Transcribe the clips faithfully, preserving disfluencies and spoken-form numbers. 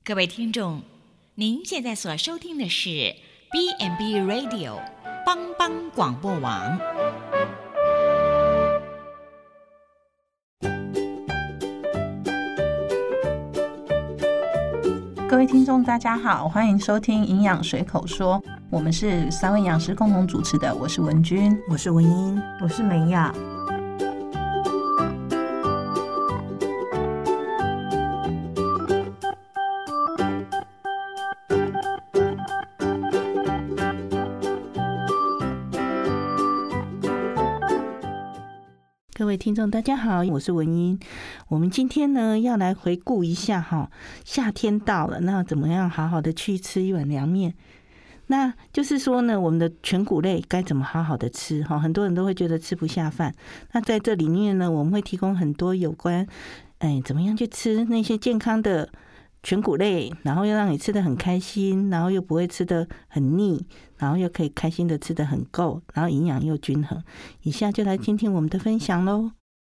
各位听众，您现在所收听的是 B and B Radio 帮帮广播网。 各位听众大家好，欢迎收听营养随口说，我们是三位营养师共同主持的，我是文君， 我是文英， 我是美雅。 各位听众大家好，我是文英。我们今天呢要来回顾一下哈，夏天到了，那怎么样好好的去吃一碗凉面？那就是说呢，我们的全谷类该怎么好好的吃哈？很多人都会觉得吃不下饭。那在这里面呢，我们会提供很多有关哎怎么样去吃那些健康的全谷类，然后又让你吃得很开心，然后又不会吃得很腻，然后又可以开心的吃得很够，然后营养又均衡。以下就来听听我们的分享咯。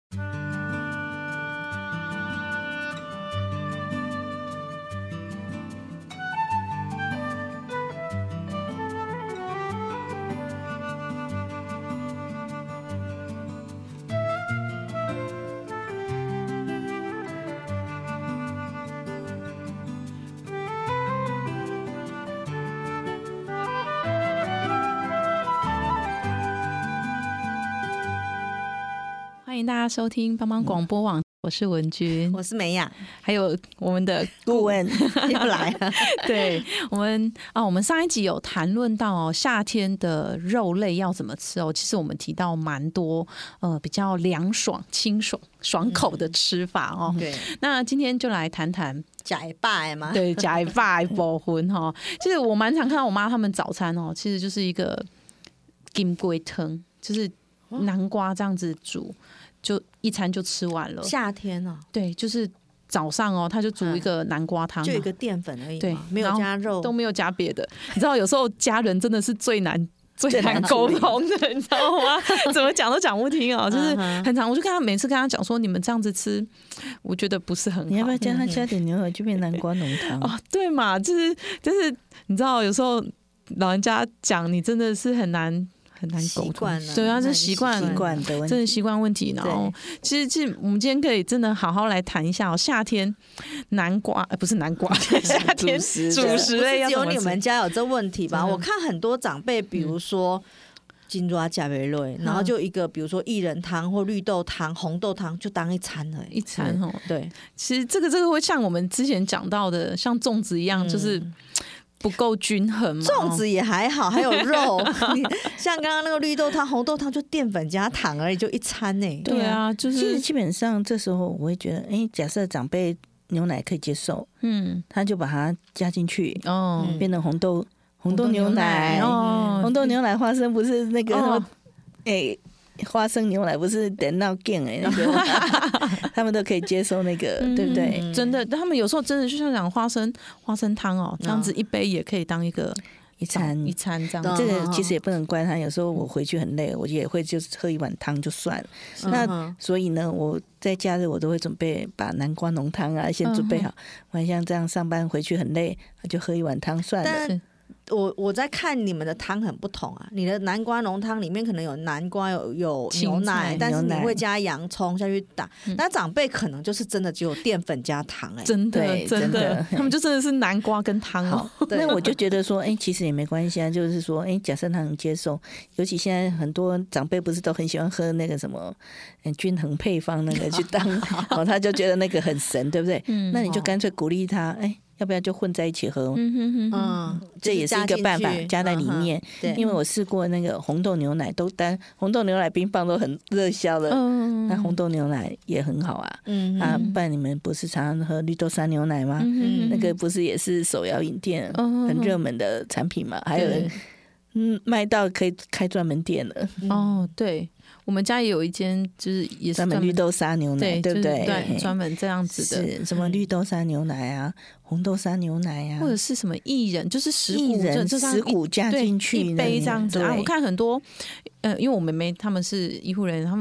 欢迎大家收听帮帮广播网，我是文君， 我是美雅， 还有我们的顾问又来了。 对，我们啊，我们上一集有谈论到哦，夏天的肉类要怎么吃哦。其实我们提到蛮多呃比较凉爽、清爽、爽口的吃法哦。 嗯、对， 那今天就来谈谈假霸嘛， 对，假霸部分哈。其实我蛮常看到我妈他们早餐哦，其实就是一个金龟汤，就是南瓜这样子煮。就一餐就吃完了。 夏天哦， 对，就是早上哦，他就煮一个南瓜汤， 就一个淀粉而已， 对， 没有加肉， 都没有加别的。你知道，有时候家人真的是最难最难沟通的，你知道吗？怎么讲都讲不听哦，就是很常，我就跟他每次跟他讲说，你们这样子吃，我觉得不是很好。 你要不要叫他加点牛奶就变南瓜浓汤？ 哦，对嘛，就是就是，你知道，有时候老人家讲，你真的是很难。很难沟通，对啊，这习惯习惯的问题， 真的习惯问题。然后，其实，其实我们今天可以真的好好来谈一下哦，夏天南瓜，呃，不是南瓜，夏天主食类要怎么吃？ 只有你们家有这问题吧？我看很多长辈，比如说金抓加贝类，然后就一个，比如说薏仁汤或绿豆汤、红豆汤，就当一餐了， 一餐哦。 对， 其实这个这个会像我们之前讲到的，像粽子一样，就是。不够均衡嘛？ 粽子也还好，还有肉。像刚刚那个绿豆汤、红豆汤，就淀粉加糖而已，就一餐呢、欸。 对啊，就是其实基本上这时候我会觉得，哎、欸，假设长辈牛奶可以接受，嗯，他就把它加进去，哦，变成红豆红豆牛奶，哦，红豆牛奶花生不是那个，哎、哦。欸花生牛奶不是等到劲哎，那个他们都可以接受那个，嗯、对不对？ 真的，他们有时候真的就像讲花生花生汤哦，这样子一杯也可以当一个一餐一餐这样。 这个其实也不能怪他，有时候我回去很累，我也会就是喝一碗汤就算了。嗯、那所以呢，我在假日我都会准备把南瓜浓汤啊先准备好，我、嗯、像这样上班回去很累，就喝一碗汤算了。 我我在看你们的汤很不同啊，你的南瓜浓汤里面可能有南瓜有有牛奶，但是你会加洋葱下去打。那、嗯、长辈可能就是真的只有淀粉加糖哎、欸， 真的真的，他们就真的是南瓜跟汤哦。 那我就觉得说，哎、欸，其实也没关系啊，就是说，哎、欸，假设他能接受，尤其现在很多长辈不是都很喜欢喝那个什么均衡配方那个去当，哦，他就觉得那个很神，对不对？嗯、那你就干脆鼓励他，哎、欸。要不要就混在一起喝？嗯哼哼嗯，这也是一个办法，加在里面。对，因为我试过那个红豆牛奶，都单红豆牛奶冰棒都很热销了，嗯，那红豆牛奶也很好啊。嗯啊，不然你们不是常常喝绿豆沙牛奶吗？嗯，那个不是也是手摇饮店很热门的产品吗？还有人嗯卖到可以开专门店了。 哦，对。我们家也有一间，就是也是专门绿豆沙牛奶， 对, 对不对？ 对，专门这样子的， 是什么绿豆沙牛奶啊，红豆沙牛奶啊， 或者是什么薏仁，就是石薏仁石骨加进去一杯这样子啊。我看很多，呃，因为我妹妹他们是医护人员，他们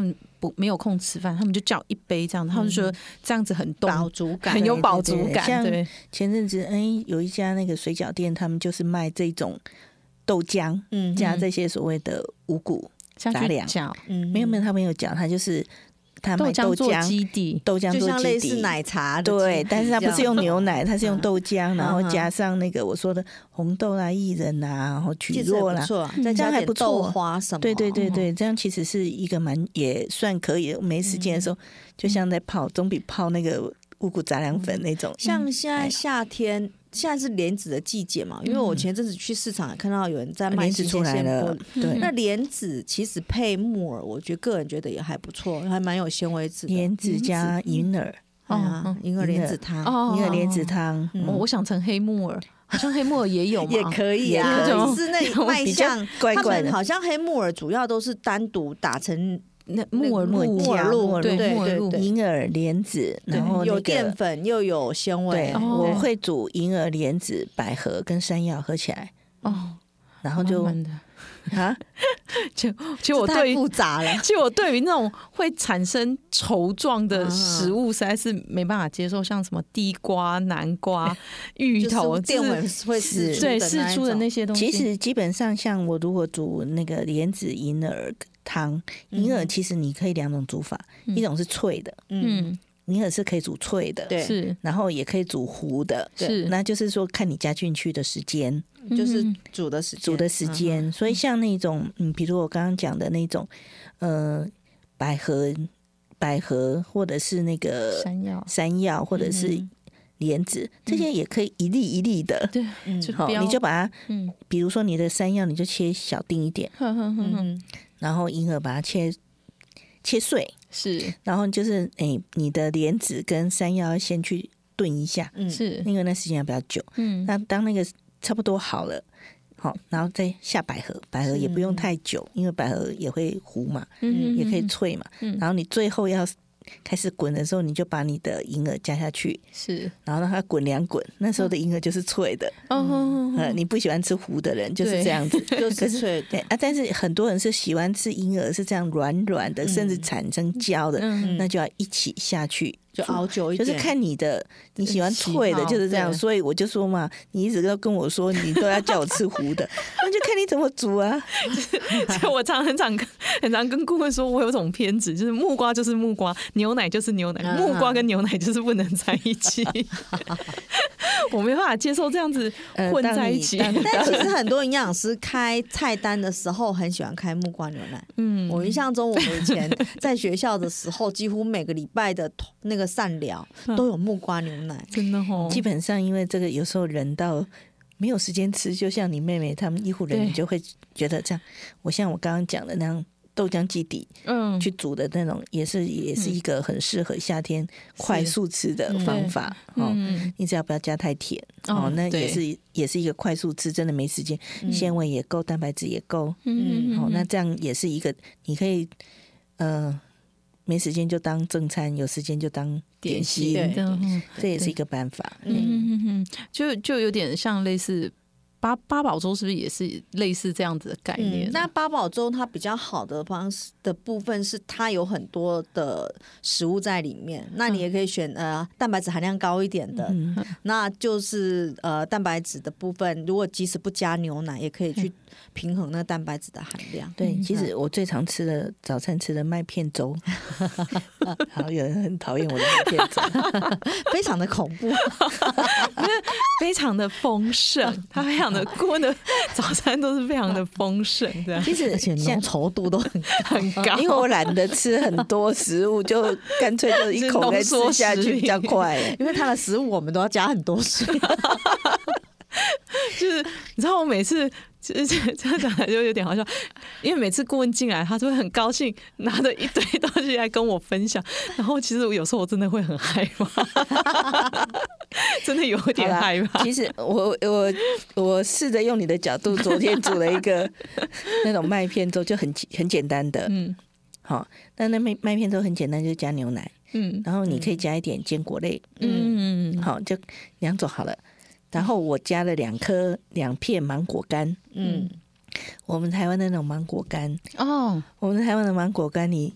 不没有空吃饭，他们就叫一杯这样，他们就觉得这样子很动饱足感， 很有饱足感。 像对， 前阵子哎，有一家那个水饺店，他们就是卖这种豆浆， 嗯， 加这些所谓的五谷杂粮， 嗯， 没有没有，他没有讲，他就是他卖豆浆基底， 豆浆做基底， 就像类似奶茶的， 对，但是他不是用牛奶，他是用豆浆，然后加上那个我说的红豆啦、薏仁啊，然后蒟蒻啦， 再加点豆花什么， 对对对对，这样其实是一个蛮也算可以的。没时间的时候，就像在泡，总比泡那个五谷杂粮粉那种。 像现在夏天。现在是莲子的季节嘛，因为我前阵子去市场也看到有人在卖莲子出来了，对， 那莲子其实配木耳，我觉得个人觉得也还不错，还蛮有纤维质的。 莲子加银耳， 啊，银耳莲子汤， 银耳莲子汤， 我想成黑木耳。好像黑木耳也有嘛， 也可以啊，是那卖相怪怪的。 好像黑木耳主要都是单独打成。 那木耳露、 木耳露， 对对对， 银耳莲子，然后有淀粉又有纤维。 我会煮银耳莲子、百合跟山药合起来哦，然后就啊， 就就我对复杂了。 其实我对于那种会产生稠状的食物实在是没办法接受，像什么地瓜、南瓜、芋头， 淀粉会释对释出的那些东西。 其实基本上，像我如果煮那个莲子银耳汤，银耳其实你可以两种煮法，嗯、一种是脆的，嗯，银耳是可以煮脆的， 对， 是， 然后也可以煮糊的， 是， 那就是说看你加进去的时间， 就是煮的时间， 煮的时间。嗯、所以像那种，嗯，比如我刚刚讲的那种，呃，百合、百合或者是那个山药、 山药或者是莲子，嗯、这些也可以一粒一粒的， 对， 嗯，好，你就把它，嗯，比如说你的山药，你就切小丁一点，嗯。然后银耳把它切切碎， 是， 然后就是诶，你的莲子跟山药先去炖一下， 嗯，是， 因为那时间要比较久，嗯，那当那个差不多好了，好，然后再下百合，百合也不用太久，因为百合也会糊嘛，嗯，也可以脆嘛，嗯，然后你最后要开始滚的时候，你就把你的银耳加下去， 是， 然后让它滚两滚，那时候的银耳就是脆的。哦、嗯，你不喜欢吃糊的人就是这样子， 就是脆的啊。但是很多人是喜欢吃银耳是这样软软的，嗯、甚至产生胶的，嗯、那就要一起下去。 就熬久一点， 就是看你的你喜欢脆的，就是这样。所以我就说嘛，你一直都跟我说你都要叫我吃糊的，那就看你怎么煮啊。 所以我常很常很常跟顾问说，我有种偏执，就是木瓜就是木瓜，牛奶就是牛奶，啊、木瓜跟牛奶就是不能在一起。我没办法接受这样子混在一起。 呃、但其实很多营养师开菜单的时候很喜欢开木瓜牛奶。嗯，我印象中我们以前在学校的时候，几乎每个礼拜的那个膳疗都有木瓜牛奶， 真的哦。 基本上因为这个有时候人到没有时间吃，就像你妹妹他们医护人员就会觉得这样。我像我刚刚讲的那样。豆浆基底，嗯，去煮的那种也是也是一个很适合夏天快速吃的方法哦。嗯、你只要不要加太甜哦，那也是也是一个快速吃，真的没时间，纤维也够，蛋白质也够，嗯，哦，那这样也是一个你可以呃没时间就当正餐，有时间就当点心，这也是一个办法。 嗯嗯嗯，就就有点像类似。八八宝粥是不是也是类似这样子的概念？ 嗯、那八宝粥它比较好的方式的部分是它有很多的食物在里面，那你也可以选呃蛋白质含量高一点的，嗯、那就是呃蛋白质的部分，如果即使不加牛奶，也可以去平衡那蛋白质的含量。 对，其实我最常吃的早餐吃的麦片粥，好有人很讨厌我的麦片粥， 非常的恐怖， 非常的丰盛，它非常。顾问的早餐都是非常的丰盛，对， 其实而且浓稠度都很很高， 因为我懒得吃很多食物，就干脆就一口给吃下去比较快。 因为它的食物我们都要加很多水， 就是你知道我每次。这这样讲来就有点好笑，因为每次顾问进来，他就会很高兴，拿着一堆东西来跟我分享。然后其实我有时候我真的会很害怕，真的有点害怕。 其实我我我试着用你的角度，昨天煮了一个那种麦片粥，就很很简单的，嗯，好，但那麦麦片粥很简单，就加牛奶，嗯，然后你可以加一点坚果类，嗯，好，就两种好了。然后我加了两颗两片芒果干，嗯，我们台湾的那种芒果干哦，我们台湾的芒果干，你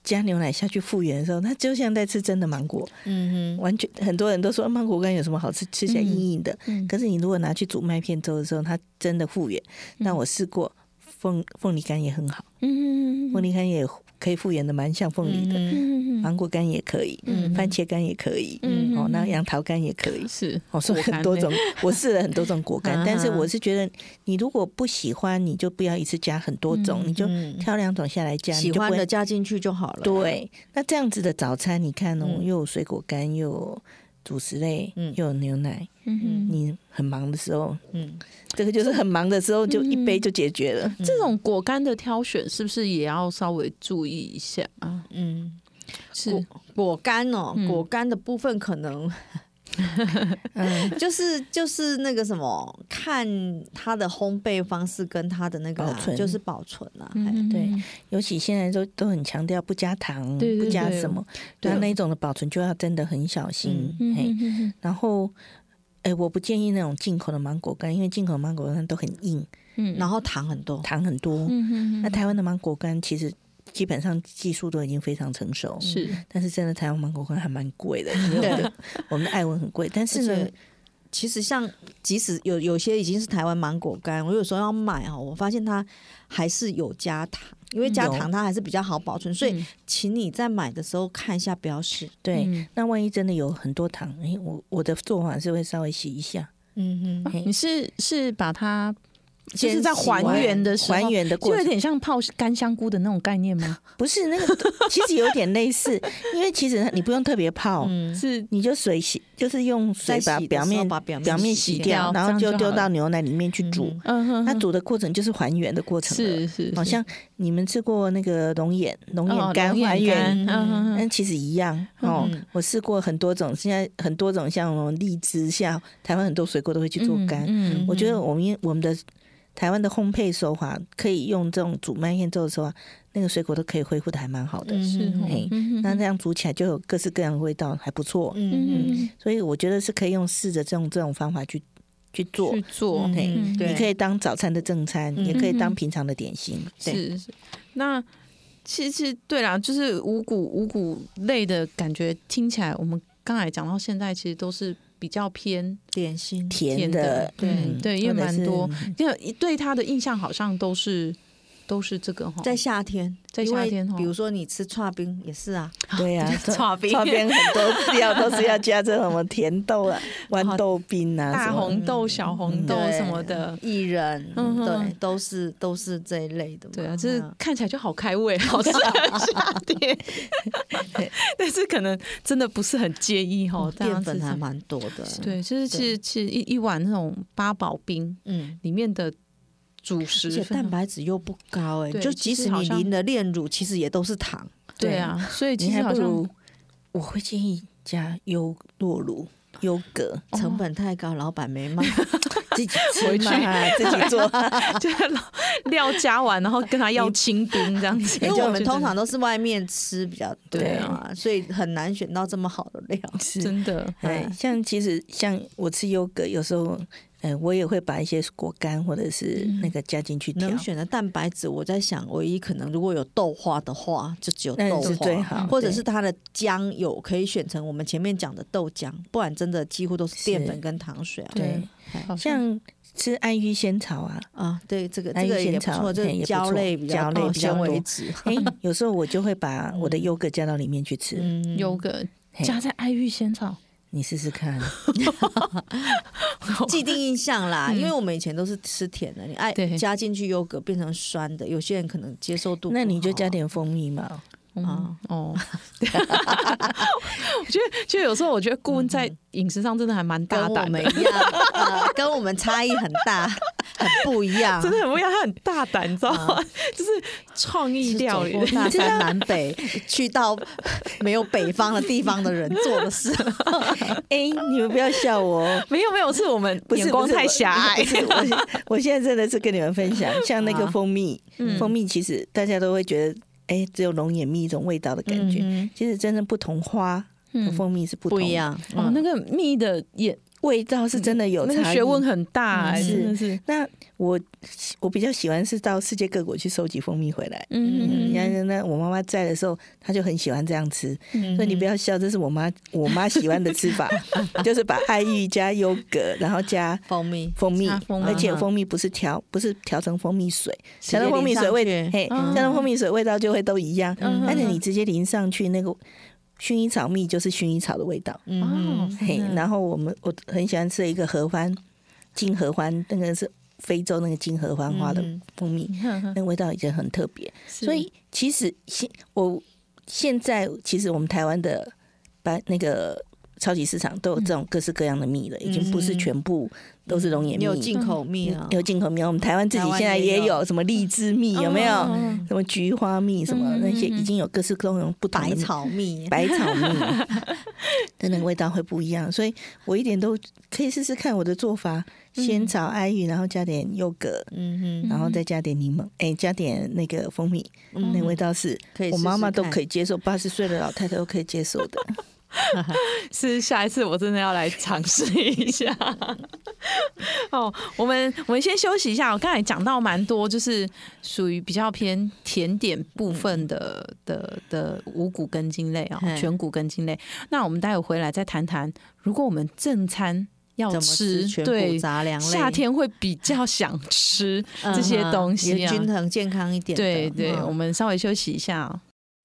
加牛奶下去复原的时候，它就像在吃真的芒果。嗯哼，完全很多人都说芒果干有什么好吃，吃起来硬硬的。嗯，可是你如果拿去煮麦片粥的时候，它真的复原。嗯、那我试过凤凤梨干也很好。嗯，凤梨干也可以复原的蛮像凤梨的。嗯，芒果干也可以，嗯，番茄干也可以。嗯，哦，那杨桃干也可以。 是， 我说很多种，我试了很多种果干，但是我是觉得你如果不喜欢，你就不要一次加很多种，你就挑两种下来加， 喜欢的加进去就好了。 对，那这样子的早餐，你看哦，又有水果干，又有主食类，又有牛奶，你很忙的时候，嗯，这个就是很忙的时候，就一杯就解决了。 这种果干的挑选是不是也要稍微注意一下啊？嗯。 是 果, 果干哦，嗯、果干的部分可能，嗯，就是就是那个什么，看它的烘焙方式跟它的那个、啊、 保存， 就是保存啊， 嗯、对，尤其现在都都很强调不加糖，对对对，不加什么，那那种的保存就要真的很小心。嗯嘿嗯、然后，哎，我不建议那种进口的芒果干，因为进口的芒果干都很硬， 嗯，然后糖很多， 糖很多。嗯、那台湾的芒果干其实。基本上技术都已经非常成熟， 是， 但是真的台湾芒果干还蛮贵的，因为我们的我们的爱文很贵。但是呢， 其实像即使有有些已经是台湾芒果干，我有时候要买哦，我发现它还是有加糖，因为加糖它还是比较好保存，所以请你在买的时候看一下标示。 对，嗯、那万一真的有很多糖，哎，我我的做法是会稍微洗一下。 嗯哼，你是是把它。就是在还原的时候， 还原的过程就有点像泡干香菇的那种概念吗？ 不是，那个其实有点类似，因为其实你不用特别泡，嗯、是你就水洗，就是用水把表面把表面表面洗掉，然后就丢到牛奶里面去煮。嗯、那煮的过程就是还原的过程了， 是是。 好像你们吃过那个龙眼龙眼干还原，嗯嗯，其实一样哦。嗯、我试过很多种，现在很多种像荔枝，像台湾很多水果都会去做干。嗯嗯、我觉得我们我们的。台湾的烘焙手法可以用这种煮麦片粥的时候，那个水果都可以恢复的还蛮好的。是、嗯，那这样煮起来就有各式各样的味道，还不错。嗯嗯，所以我觉得是可以用试着这种这种方法去去做去做。 嗯、对，你可以当早餐的正餐，嗯、也可以当平常的点心。对是是，那其实对啦，就是五谷五谷类的感觉听起来，我们刚才讲到现在，其实都是。比较偏点心甜的， 对、嗯、对，因为蛮多，因为对他的印象好像都是都是这个哈， 在夏天， 在夏天哈， 比如说你吃剉冰也是啊， 对啊， 剉冰剉冰很多料都是要加这什么甜豆啊、豌豆冰啊、 大红豆、小红豆什么的， 薏仁，嗯、对，都是都是这一类的嘛。 对啊，就是看起来就好开胃，好适合夏天。但是可能真的不是很介意哈， 淀粉还蛮多的。 对，就是其实其实一一碗那种八宝冰，嗯，里面的。主食， 而且蛋白质又不高哎、欸，就即使你淋了炼乳，其实也都是糖。 对啊，所以其实好像我会建议加优酪乳、优格， 成本太高，老板没卖， 自己吃嘛，自己做， 就料加完，然后跟他要清冰这样子。 因为我们通常都是外面吃比较多啊，所以很难选到这么好的料。 真的， 对，像其实像我吃优格，有时候。呃，我也会把一些果干或者是那个加进去调。 能选的蛋白质，我在想，唯一可能如果有豆花的话，就只有豆花最好， 或者是它的浆有可以选成我们前面讲的豆浆，不然真的几乎都是淀粉跟糖水啊。 对，像吃爱玉仙草啊， 啊，对，这个这个也不错，这个胶类比较高，纤维质。 哎，有时候我就会把我的优格加到里面去吃， 优格加在爱玉仙草。 你试试看， 既定印象啦，因为我们以前都是吃甜的，你爱加进去优格变成酸的，有些人可能接受度不好， 那你就加点蜂蜜嘛。 嗯哦，我觉得，就有时候我觉得顾问在饮食上真的还蛮大胆的， 跟我们一样，呃，跟我们差异很大，很不一样， 真的很不一样。他很大胆，你知道吗？啊、就是创意料理， 大山南北，去到没有北方的地方的人做的事。 哎、欸，你们不要笑我， 没有没有，是我们眼光太狭隘。 我, 我现在真的是跟你们分享，像那个蜂蜜，啊嗯、蜂蜜其实大家都会觉得。哎，只有龙眼蜜一种味道的感觉，嗯、其实真正不同花的蜂蜜是不同不一样。 哦，那个蜜的颜味道是真的有差异， 那个学问很大、欸， 嗯、 真的是。 那我我比较喜欢是到世界各国去收集蜂蜜回来。嗯嗯，那我妈妈在的时候，她就很喜欢这样吃。嗯、所以你不要笑，这是我妈我妈喜欢的吃法，就是把爱玉加优格，然后加蜂蜜蜂蜜， 蜂蜜而且蜂蜜不是调不是调成蜂蜜水，调成蜂蜜水味，嘿，调成蜂蜜水味道就会都一样。嗯、但是你直接淋上去那个。薰衣草蜜就是薰衣草的味道，嗯，嘿，然后我们我很喜欢吃一个合欢金合欢，那个是非洲那个金合欢花的蜂蜜，嗯、那个味道已经很特别。所以其实现我现在其实我们台湾的白那个超级市场都有这种各式各样的蜜了，已经不是全部都是龙眼蜜， 有进口蜜啊， 有进口蜜。我们台湾自己现在也有什么荔枝蜜，有没有？什么菊花蜜，什么那些已经有各式各样不同的百草蜜， 百草蜜的那个味道会不一样，所以我一点都可以试试看我的做法：先炒爱玉，然后加点优格，嗯然后再加点柠檬，哎，加点那个蜂蜜，嗯、那个味道是我妈妈都可以接受，八十岁的老太太都可以接受的。 是下一次我真的要来尝试一下。哦，我们我们先休息一下。我刚才讲到蛮多，就是属于比较偏甜点部分的的的五谷根茎类啊，全谷根茎类。那我们待会回来再谈谈，如果我们正餐要吃， 吃对杂粮类， 夏天会比较想吃这些东西、啊， 也均衡健康一点的。 对对，嗯、我们稍微休息一下、哦。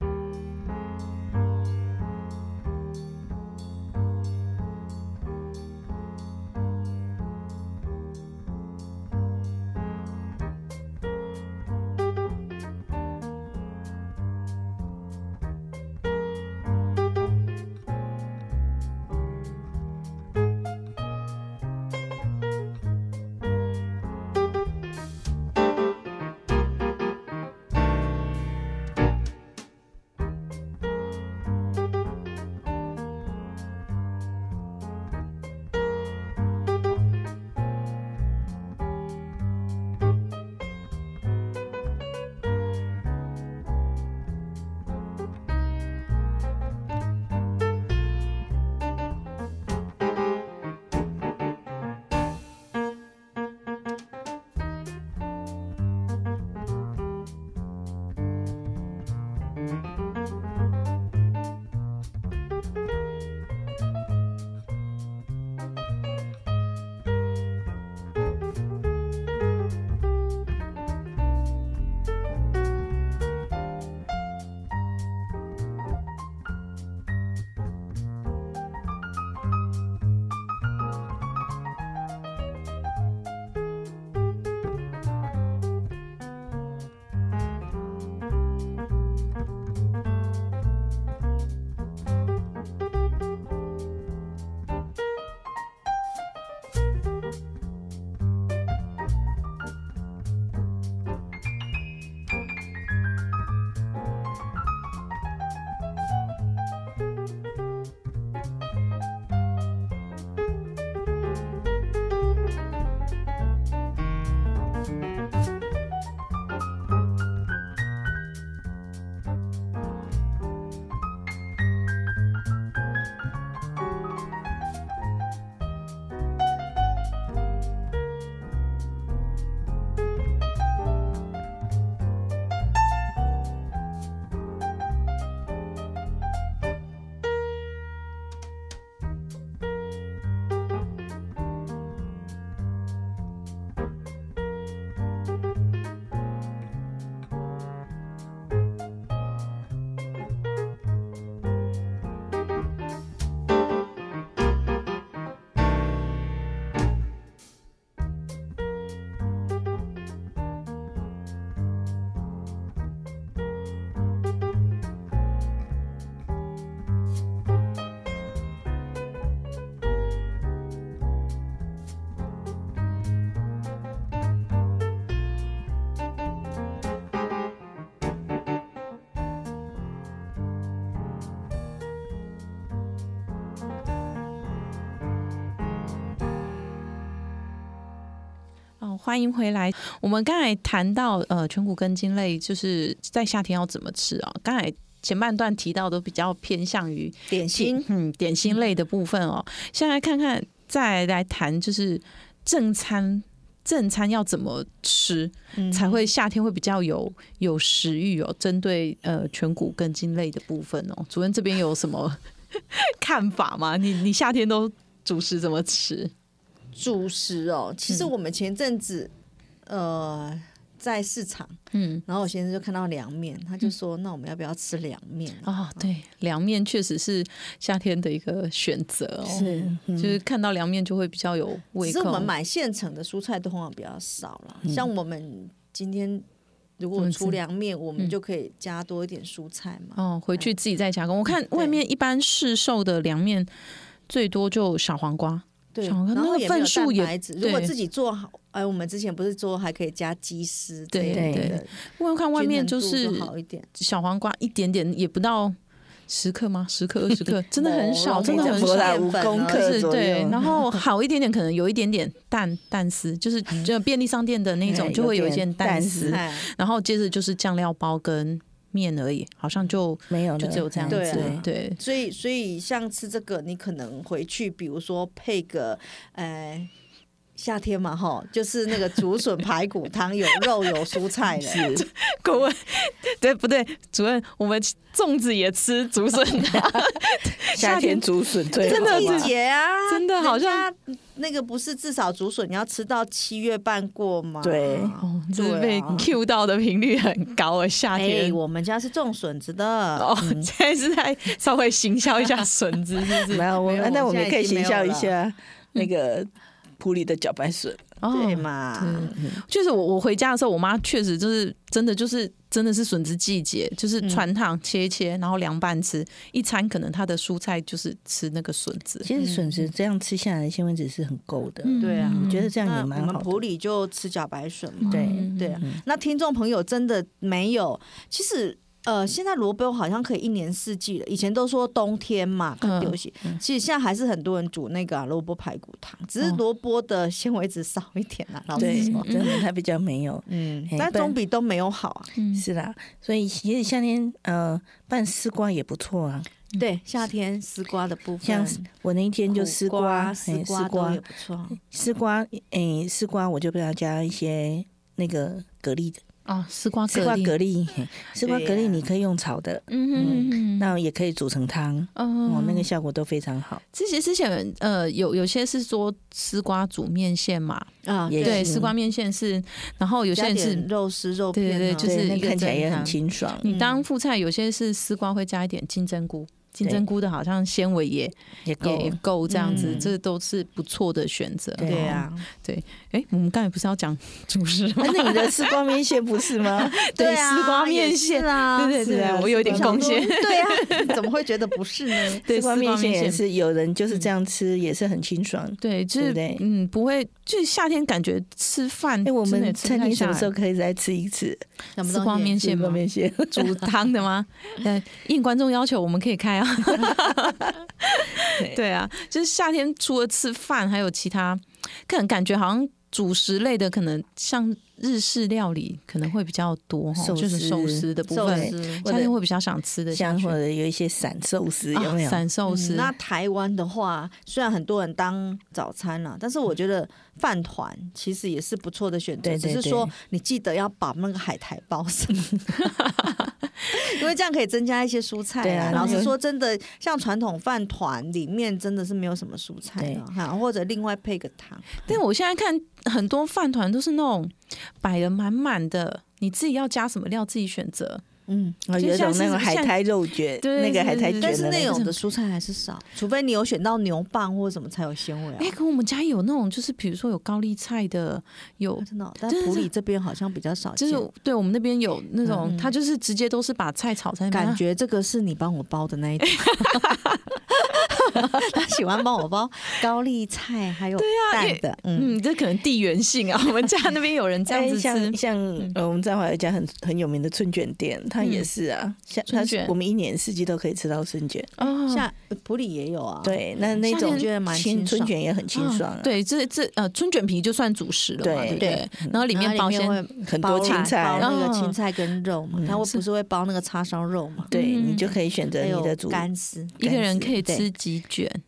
欢迎回来。我们刚才谈到呃全谷根茎类，就是在夏天要怎么吃啊？刚才前半段提到都比较偏向于点心， 嗯，点心类的部分哦。现在看看再来谈就是正餐。正餐要怎么吃、嗯、才会夏天会比较有有食欲哦？针对呃全谷根茎类的部分哦，主任这边有什么看法吗？你你夏天都主食怎么吃？ 主食哦，其实我们前阵子、嗯、呃在市场，嗯，然后我先生就看到凉面，他就说：“嗯、那我们要不要吃凉面？” 哦，对，凉面确实是夏天的一个选择哦， 是、 嗯，就是看到凉面就会比较有胃口。 只是我们买现成的蔬菜通常比较少了、嗯，像我们今天如果出凉面、嗯，我们就可以加多一点蔬菜嘛。 哦，回去自己再加工。我看外面一般市售的凉面最多就小黄瓜。 对，然后也没有蛋白质。如果自己做好，哎，我们之前不是做还可以加鸡丝， 对对。我看外面就是好一点， 小黄瓜一点点，也不到十克吗？十克、二十克，真的很少，真的很少， 五公克左右。 对，然后好一点点，可能有一点点蛋蛋丝，就是就便利商店的那种，就会有一件蛋丝，然后接着就是酱料包跟面而已，好像就没有， 就只有这样子。 对、啊、 对， 所以所以像吃这个，你可能回去，比如说配个呃。夏天嘛，哈，就是那个竹笋排骨汤，有肉有蔬菜的。 是，顾问，对不对？主任，我们粽子也吃竹笋汤， 夏天竹笋最好，真的季节啊， 真的好像那个不是至少竹笋你要吃到七月半过吗？ 对， 哦，就是被 Q 到的频率很高啊。夏天、 欸，我们家是种笋子的， 哦，嗯、现在是在稍微行销一下笋子，是不是？ 没有，我那我们也可以行销一下那个。埔里的茭白笋， 对嘛？ 嗯，就是我我回家的时候，我妈确实就是真的就是真的是笋子季节，就是穿烫切一切，然后凉拌吃一餐，可能她的蔬菜就是吃那个笋子。 其实笋子这样吃下来，纤维质是很够的。 嗯、对啊， 我觉得这样也蛮好的。 我们埔里就吃茭白笋嘛， 对对啊。那听众朋友真的没有，其实。呃，现在萝卜好像可以一年四季了。以前都说冬天嘛，更流行、嗯。其实现在还是很多人煮那个萝、啊、卜排骨汤，只是萝卜的纤维质少一点啦、啊。老实说， 真的它比较没有， 嗯，但总比都没有好啊。 嗯，是啦。所以其实夏天呃拌丝瓜也不错啊。 对，夏天丝瓜的部分， 像我那一天就丝瓜， 丝瓜都也不错。 丝瓜，诶，丝瓜我就给它加一些那个蛤蜊的。 哦，丝瓜丝瓜蛤蜊，丝瓜蛤蜊你可以用炒的，嗯嗯嗯，那也可以煮成汤，哦，那个效果都非常好。 之前之前呃有有些是说丝瓜煮面线嘛，啊，对，丝瓜面线是，然后有些人是肉丝肉片， 对对，就是那看起来也很清爽。 你当副菜有些是丝瓜会加一点金针菇。金针菇的好像纤维也也够也够这样子、嗯，这都是不错的选择。 对啊， 对，哎、欸，我们刚才不是要讲主食吗？ 那你的丝瓜面线不是吗？ 对啊，丝瓜面线啊， 对对对，啊、我有点贡献。 对啊，怎么会觉得不是呢？ 对，丝瓜面线也是有人就是这样吃，也是很清爽。 对，就是对对嗯，不会，就是夏天感觉吃饭，哎、 欸，我们餐厅什么时候可以再吃一次丝瓜面线吗？ 面线煮汤的吗？呃，应观众要求，我们可以开啊。对啊，就是夏天除了吃饭，还有其他，可能感觉好像主食类的，可能像日式料理可能会比较多，就是寿司的部分，夏天会比较想吃的， 像或者有一些散寿司，有没有？ 散寿司。 那台湾的话，虽然很多人当早餐啦，但是我觉得饭团其实也是不错的选择，对对对，只是说你记得要把那个海苔包上。因为这样可以增加一些蔬菜啊。老实说，真的像传统饭团里面真的是没有什么蔬菜啊，或者另外配个汤。 但我现在看很多饭团都是那种摆的满满的，你自己要加什么料自己选择。 嗯，有一种那种海苔肉卷，那个海苔卷， 但是那种的蔬菜还是少，除非你有选到牛蒡或者什么才有纤维啊。 哎、欸，可我们家有那种，就是比如说有高丽菜的，有、 啊、真的、哦，但埔里这边好像比较少见。 就是对我们那边有那种、嗯，它就是直接都是把菜炒在那边。 感觉这个是你帮我包的那一种。他喜欢帮我包高丽菜还有蛋的， 啊、嗯，这可能地缘性啊。我们家那边有人这样子吃， 欸、像像、嗯、呃，我们彰化有一家很很有名的春卷店，它也是啊，嗯、像它我们一年四季都可以吃到春卷。 哦， 像埔里也有啊。 对，那那种觉得蛮清春卷也很清爽、啊哦。对，这这呃春卷皮就算主食了嘛，对不对？然后里面包些很多青菜， 包那个青菜跟肉嘛，它、嗯、会不是会包那个叉烧肉嘛？ 对、嗯、你就可以选择你的主干丝， 一个人可以吃几卷。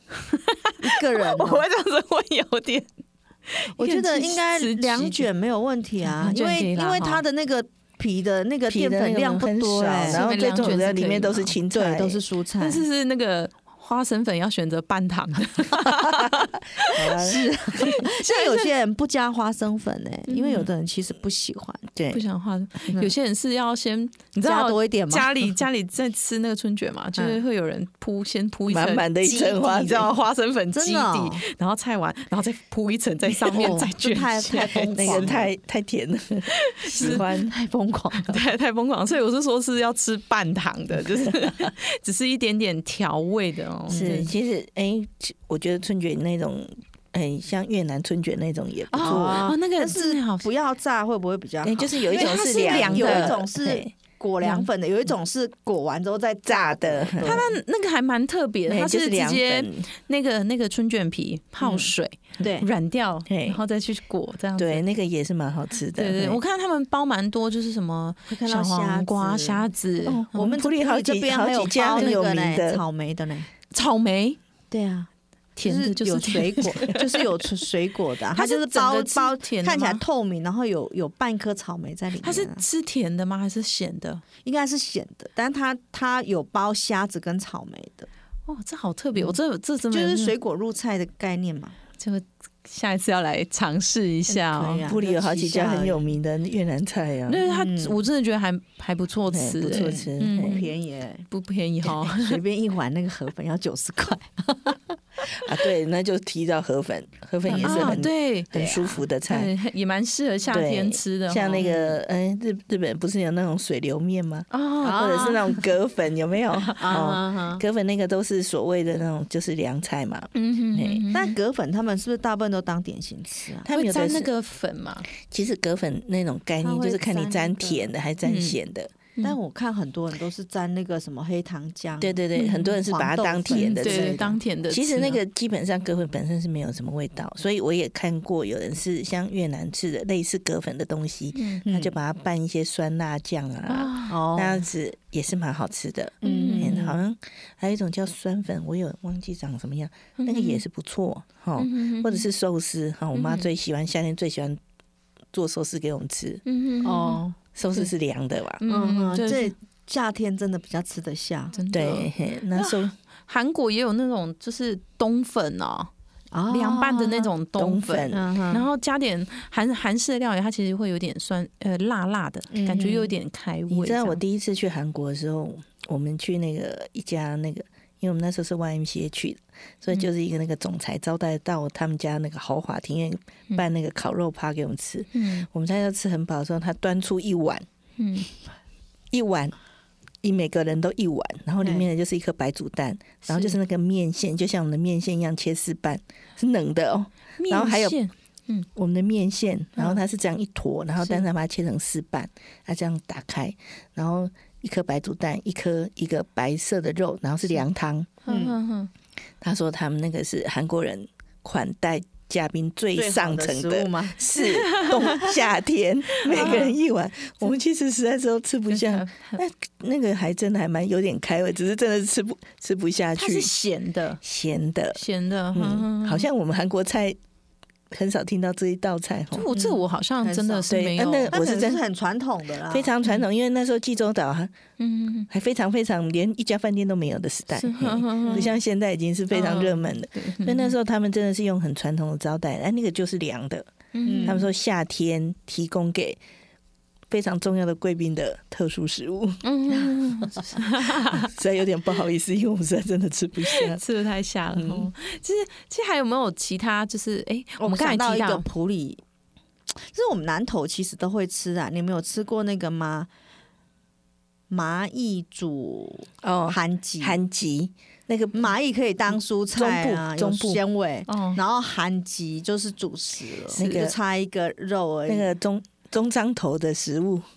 一个人、哦、 我会这样子会有点， 我觉得应该两卷没有问题啊，因为因为它的那个皮的那个淀粉量不多、欸， 然后最重要里面都是青菜， 对，都是蔬菜， 但是是那个。花生粉要选择半糖的， 是。像有些人不加花生粉哎、欸，因为有的人其实不喜欢，对， 不想花。有些人是要先，你知道加多一点吗？ 家里家里在吃那个春卷嘛，就是会有人铺先铺一层满满的一层花， 你知道花生粉基底， 哦、 然后菜完，然后再铺一层在上面，再卷。 太太疯狂， 那个太太甜了，喜欢太疯狂了， 太太疯狂。所以我是说是要吃半糖的，就是只是一点点调味的。 是，其实哎、欸，我觉得春卷那种，哎、欸，像越南春卷那种也不错。 哦，那个是不要炸会不会比较好？ 欸、就是有一种是凉的， 有一种是裹凉粉的，有一种是裹完之后再炸的。 它那那个还蛮特别的，它是直接那个那个春卷皮泡水， 嗯、对， 软掉，然后再去裹这样子。 对，那个也是蛮好吃的。 对对，我看他们包蛮多，就是什么小黄瓜、虾子。 哦、我们普里好几好几家很有名的草莓的呢。 草莓， 对啊， 甜的就是有水果，就是有水果的、啊，它就是包包甜， 看起来透明，然后有有半颗草莓在里面、啊。 它是吃甜的吗？还是咸的？ 应该是咸的，但它它有包虾子跟草莓的。 哦，这好特别！我这这真的就是水果入菜的概念嘛， 就下一次要来尝试一下哦。 埔里有好几家很有名的越南菜啊， 那它我真的觉得还还不错吃， 不错吃， 不便宜， 不便宜哈， 随便一碗那个河粉要九十块啊。对，那就提到河粉，河粉也是很对很舒服的菜， 也蛮适合夏天吃的。 像那个嗯，日日本不是有那种水流面吗？啊，或者是那种葛粉，有没有？哦，葛粉那个都是所谓的那种就是凉菜嘛。 嗯哼， 但葛粉他们是不是大部分都当点心吃啊？ 他们有沾那个粉嘛？ 其实葛粉那种概念就是看你沾甜的还是沾咸的。 但我看很多人都是沾那个什么黑糖浆， 对对对，很多人是把它当甜的吃， 对，当甜的。 其实那个基本上葛粉本身是没有什么味道，所以我也看过有人是像越南吃的类似葛粉的东西，他就把它拌一些酸辣酱啊，那样子也是蛮好吃的。嗯，好像还有一种叫酸粉，我有忘记长什么样，那个也是不错哈。或者是寿司哈，我妈最喜欢夏天最喜欢做寿司给我们吃。嗯哦。寿司是凉的吧？ 嗯，这夏天真的比较吃得下， 真的。 对，那时候韩国也有那种就是冬粉哦，凉拌的那种冬粉，然后加点韩韩式的料理，它其实会有点酸呃辣辣的感觉，又有点开胃。 你知道我第一次去韩国的时候，我们去那个一家那个，因为我们那时候是 Y M C A 去的，所以就是一个那个总裁招待到他们家那个豪华庭院办那个烤肉趴给我们吃。嗯，我们在要吃很饱的时候，他端出一碗，嗯，一碗，以每个人都一碗，然后里面的就是一颗白煮蛋，然后就是那个面线，就像我们的面线一样切四瓣，是冷的哦。然后还有嗯我们的面线，然后它是这样一坨，然后但是它把它切成四瓣，它这样打开，然后一颗白煮蛋，一颗一个白色的肉，然后是凉汤。嗯，他说他们那个是韩国人款待嘉宾最上层的， 的吗？ 是冬夏天每个人一碗，我们其实实在是都吃不下。那那个还真的还蛮有点开胃，只是真的是吃不吃不下去。 它是咸的， 咸的， 咸的。 嗯，好像我们韩国菜很少听到这一道菜。 我这我好像真的是没有， 那我是真的很传统的啦， 非常传统。因为那时候济州岛哈，嗯，还非常非常连一家饭店都没有的时代，不像现在已经是非常热门的。所以那时候他们真的是用很传统的招待，哎，那个就是凉的。他们说夏天提供给非常重要的贵宾的特殊食物，嗯，实在有点不好意思，因为我们实在真的吃不下， 吃不太下了。嗯，其实其实还有没有其他？就是哎，欸，我们刚才提到一个埔里，就是我们南投其实都会吃啊。你们有吃过那个吗？麻薏煮哦，韩吉， 韩吉那个麻薏可以当蔬菜啊， 中部有鲜味，哦，然后韩吉就是主食了， 那个就差一个肉而已。 那个中中彰头的食物，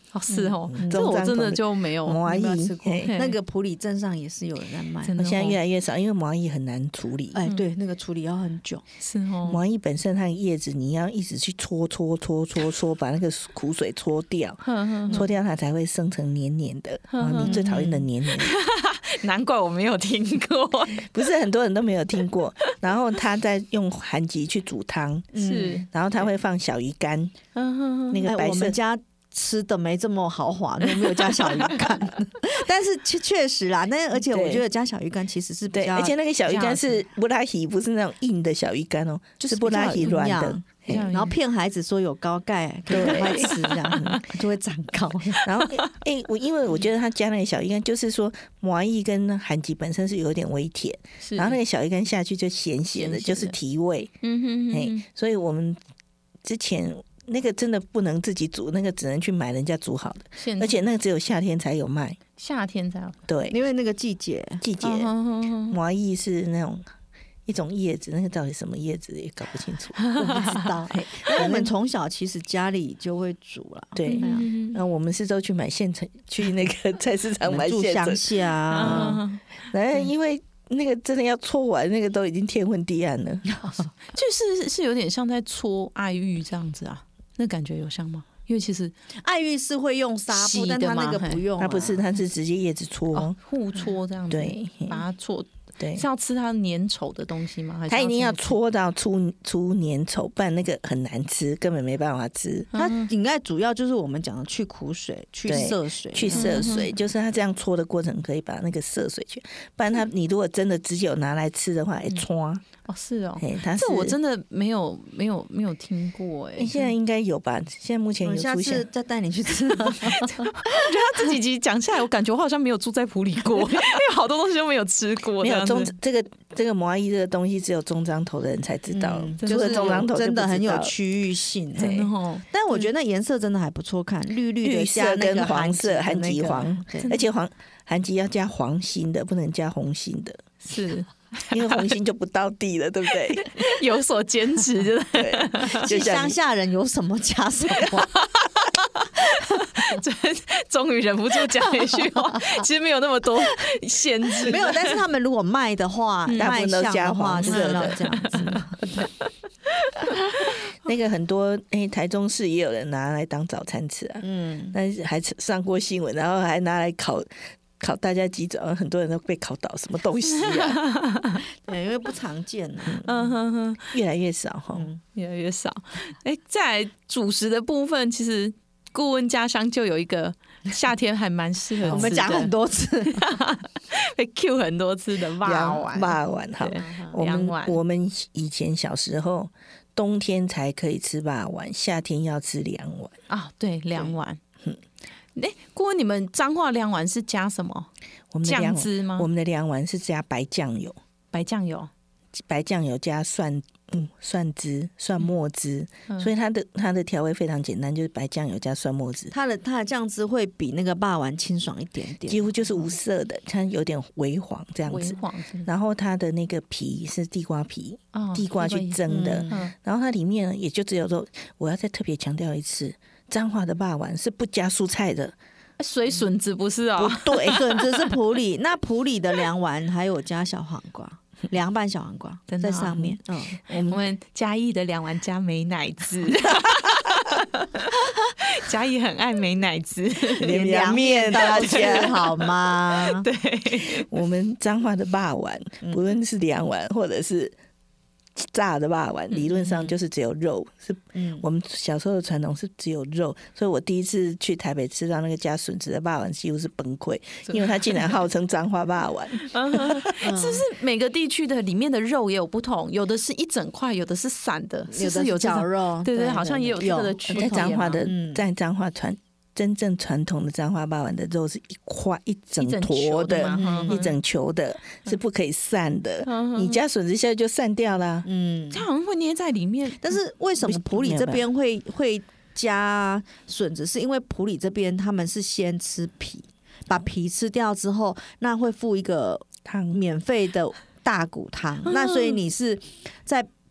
哦，是哦， 嗯这我真的就没有麻没有薏吃过嘿。 那个埔里镇上也是有人在卖， 真的现在越来越少，因为麻薏很难处理。 哎，对，那个处理要很久。 是哦， 麻薏本身它的叶子你要一直去搓搓搓搓搓，把那个苦水搓掉，搓掉它才会生成黏黏的。然后你最讨厌的黏黏的， 难怪我没有听过。 不是很多人都没有听过。然后他再用韩吉去煮汤， 是， 然后他会放小鱼干，那个哎， 白色我们家吃的没这么豪华，没有加小鱼干，但是确确实啦。那而且我觉得加小鱼干其实是比对， 较， 而且那个小鱼干是布拉提，不是那种硬的小鱼干哦， 就是布拉提软的。 比较有营养然后骗孩子说有高钙，可以赶快吃，这样就会长高。 然后，哎、我因为我觉得他加那个小鱼干，就是说麻薏跟韩吉本身是有点微甜， 是然后那个小鱼干下去就咸咸的， 咸咸的就是提味。 嗯哼哎、 哼所以我们之前那个真的不能自己煮，那个只能去买人家煮好的， 现在而且那个只有夏天才有卖。 夏天才有。 对， 因为那个季节， 季节嗯哼哼哼麻薏是那种一种叶子，那个到底什么叶子也搞不清楚。 我不知道。 嘿那我们从小其实家里就会煮了， 对， 对啊嗯然后我们是都去买现成，去那个菜市场买住乡现成， 下啊， 嗯然后因为那个真的要搓完，那个都已经天昏地暗了。 就是是有点像在搓爱玉这样子啊，那感觉有像吗？因为其实爱玉是会用纱布， 洗的但它那个嘛不用啊， 它不是，它是直接叶子搓。 哦互搓这样子， 对把它搓。 对是，要吃它粘稠的东西吗？还是它一定要吃搓到出出粘稠，不然那个很难吃，根本没办法吃。 它应该主要就是我们讲的去苦水、去对涩水、 去涩水，就是它这样搓的过程可以把那个涩水去，不然它你如果真的只有拿来吃的话，哎，搓， 哦，是哦， 哎，它是这我真的没有没有没有听过哎、 哎现在应该有吧？现在目前我下有出现。 次再带你去吃。 我觉得他这几集讲下来，我感觉我好像没有住在埔里过，因为好多东西都没有吃过。 没有中这样子这个这个麻薏这个东西，只有中彰头的人才知道， 嗯除就是了中彰头真的很有趣。 区域性， 真的哦， 但我觉得那颜色真的还不错看，绿绿的绿加那色跟个韩黄色，韩吉的那个吉黄， 对而且黄韩吉要加黄心的，不能加红心的， 是因为红心就不到地了，对不对？ 有所坚持，真的。 对，就像你乡下人有什么加什么， 终于忍不住讲一句话，其实没有那么多限制， 没有。但是他们如果卖的话，卖大部分都相的话， 加黄就是色的要这样子。 那个很多哎、台中市也有人拿来当早餐吃啊， 嗯， 但是还上过新闻，然后还拿来烤烤大家鸡爪，很多人都被烤倒，什么东西啊？ 对，因为不常见啊。 嗯哼哼， 越来越少哈。 嗯越来越少。哎、在主食的部分，其实顾问家乡就有一个夏天还蛮适合吃的， 我们讲很多次， 被 Q 很多次的霸两丸， 霸丸哈对， 我们两碗我们以前小时候冬天才可以吃霸丸，夏天要吃两碗。 啊，对，两碗。哎，顾问，你们彰化两碗是加什么？ 我们的两酱汁吗我们的两碗是加白酱油， 白酱油， 白酱油加蒜嗯蒜汁、蒜末汁，所以它的它的调味非常简单，就是白酱油加蒜末汁， 它的它的酱汁会比那个霸丸清爽一点点。 几乎就是无色的，它有点微黄这样微子。 黄是然后它的那个皮是地瓜皮， 哦地瓜去蒸的， 嗯然后它里面呢也就只有肉。我要再特别强调一次，彰化的霸丸是不加蔬菜的， 水笋子不是哦， 不对， 笋子是普里，那普里的凉丸还有加小黄瓜，凉拌小黄瓜真的啊在上面。嗯， 我们嘉义的两碗加美乃滋，嘉义很爱美乃滋， 连凉面都大加家好吗？ 对， 我们彰化的霸丸，不论是凉丸或者是炸的霸丸，理论上就是只有肉。是嗯， 我们小时候的传统是只有肉，所以我第一次去台北吃到那个加笋子的霸丸，几乎是崩溃，因为它竟然号称彰化霸丸。 是不是每个地区的里面的肉也有不同？有的是一整块，有的是散的，是不有的是是有这种绞肉， 对对，好像也有这个的区别在彰化的嗯， 在彰化传真正传统的彰化霸丸的肉是一块一整一整坨球的的， 嘛一整球的，是不可以散的。 嗯你加笋子下去就散掉啦。 嗯， 它好像会捏在里面， 但是为什么普里这边会会加笋子？是因为普里这边他们是先吃皮，把皮吃掉之后，那会附一个汤免费的大骨汤，那所以你是在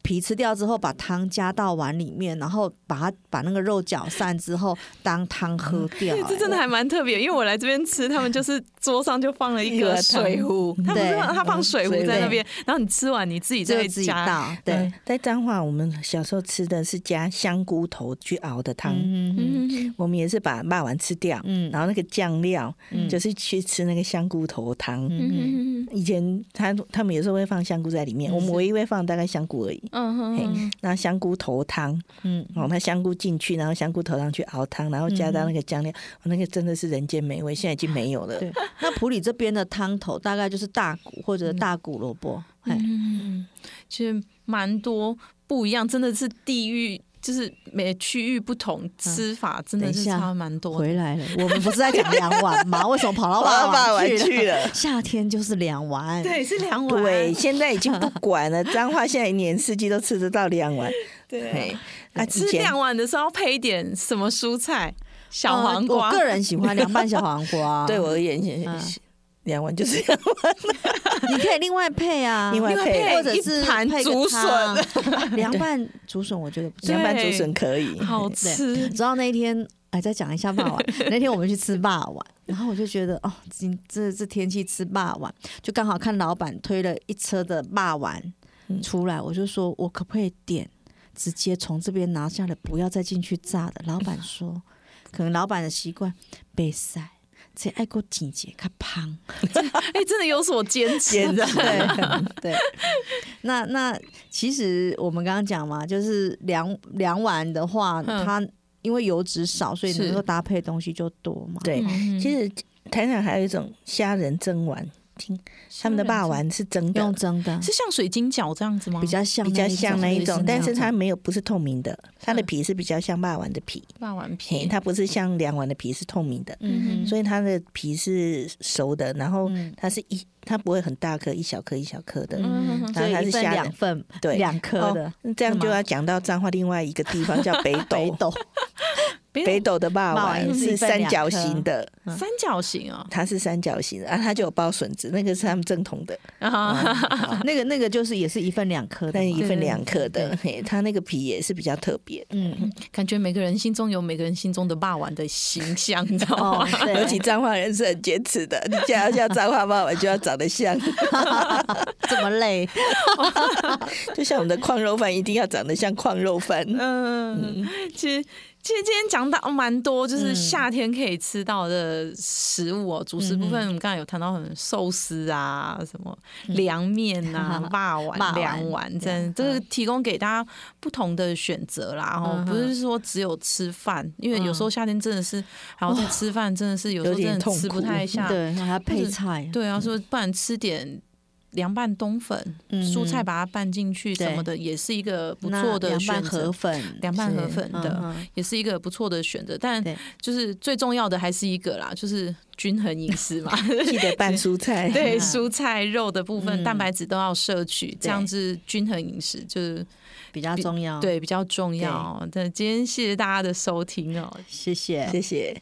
皮吃掉之后，把汤加到碗里面，然后把它把那个肉搅散之后当汤喝掉、欸。 这真的还蛮特别，因为我来这边吃，他们就是桌上就放了一个水壶，他不是他放水壶在那边，然后你吃完你自己再加。 对，嗯、 在彰化我们小时候吃的是加香菇头去熬的汤，嗯嗯、我们也是把肉丸吃掉，嗯、然后那个酱料、嗯、就是去吃那个香菇头汤。嗯、以前他他们有时候会放香菇在里面，我们唯一会放大概香菇而已。嗯，然后香菇头汤，嗯，哦，它香菇进去，然后香菇头汤去熬汤，然后加到那个酱料，嗯哦、那个真的是人间美味，现在已经没有了。 对，那埔里这边的汤头大概就是大骨或者大骨萝卜， 嗯，其实蛮多不一样，真的是地域。就是每区域不同吃法，真的是差蛮多的。 回来了，我们不是在讲两碗吗？为什么跑到八碗去了？夏天就是两碗， 对，是两碗。 对，现在已经不管了，彰化现在一年四季都吃得到两碗。 对，啊，吃两碗的时候要配一点什么蔬菜？小黄瓜， 呃、我个人喜欢凉拌小黄瓜。 对我而言，嗯两碗就是两碗， 你可以另外配啊， 另外配， 或者是一盘竹笋， 凉拌竹笋我觉得不错， 凉拌竹笋可以， 好吃。 直到那一天，哎，再讲一下霸碗。那天我们去吃霸碗，然后我就觉得哦，这这天气吃霸碗，就刚好看老板推了一车的霸碗出来，我就说我可不可以点直接从这边拿下来，不要再进去炸的。老板说，可能老板的习惯被晒。这爱过季节较胖， 哎，真的有所坚持的， 对对。那那其实我们刚刚讲嘛，就是凉凉丸的话，嗯、它因为油脂少，所以能够搭配的东西就多嘛。 对， 嗯、 其实台南还有一种虾仁蒸丸。他们的霸丸是蒸的， 用蒸的， 是像水晶饺这样子吗？ 比较像， 比较像那一种，但是它没有不是透明的，它的皮是比较像霸丸的皮， 霸丸皮， 它不是像凉丸的皮是透明的，嗯、所以它的皮是熟的，然后它是一，它不会很大颗，一小颗一小颗的，嗯、然后它是虾两份， 对， 两颗的、 哦，这样就要讲到彰化另外一个地方叫北斗。北斗北斗的霸丸是三角形的， 三角形哦， 它是三角形的啊，它就有包笋子，那个是他们正统的， 啊、那个那个就是也是一份两颗的， 一份两颗的，嘿，它那个皮也是比较特别， 嗯，感觉每个人心中有每个人心中的霸丸的形象，你知道吗？ 哦、尤其彰化人是很坚持的，你想要像彰化霸丸就要长得像， 这么累， 就像我们的矿肉饭一定要长得像矿肉饭， 嗯，嗯其实。其实今天讲到蛮多，就是夏天可以吃到的食物哦。嗯、主食部分我们刚才有谈到很寿司啊，什么凉面啊、霸丸、凉丸，这样就是提供给大家不同的选择啦。然后、嗯、不是说只有吃饭，因为有时候夏天真的是，然后在吃饭真的是有时候真的吃不太下， 对，还要配菜， 对啊，说不然吃点。凉拌冬粉，嗯、蔬菜把它拌进去什么的，也是一个不错的选择。凉拌河粉，凉拌河粉的、嗯、也是一个不错的选择。但就是最重要的还是一个啦，就是均衡饮食嘛， 记得拌蔬菜。 对，蔬菜肉的部分，嗯、蛋白质都要摄取，这样子均衡饮食就是比较重要。 对，比较重要。对，今天谢谢大家的收听哦， 谢谢， 谢谢。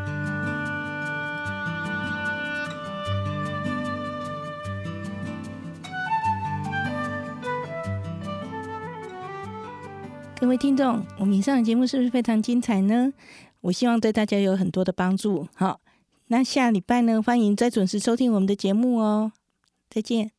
各位听众，我们以上的节目是不是非常精彩呢？我希望对大家有很多的帮助。好，那下礼拜呢，欢迎再准时收听我们的节目哦。再见。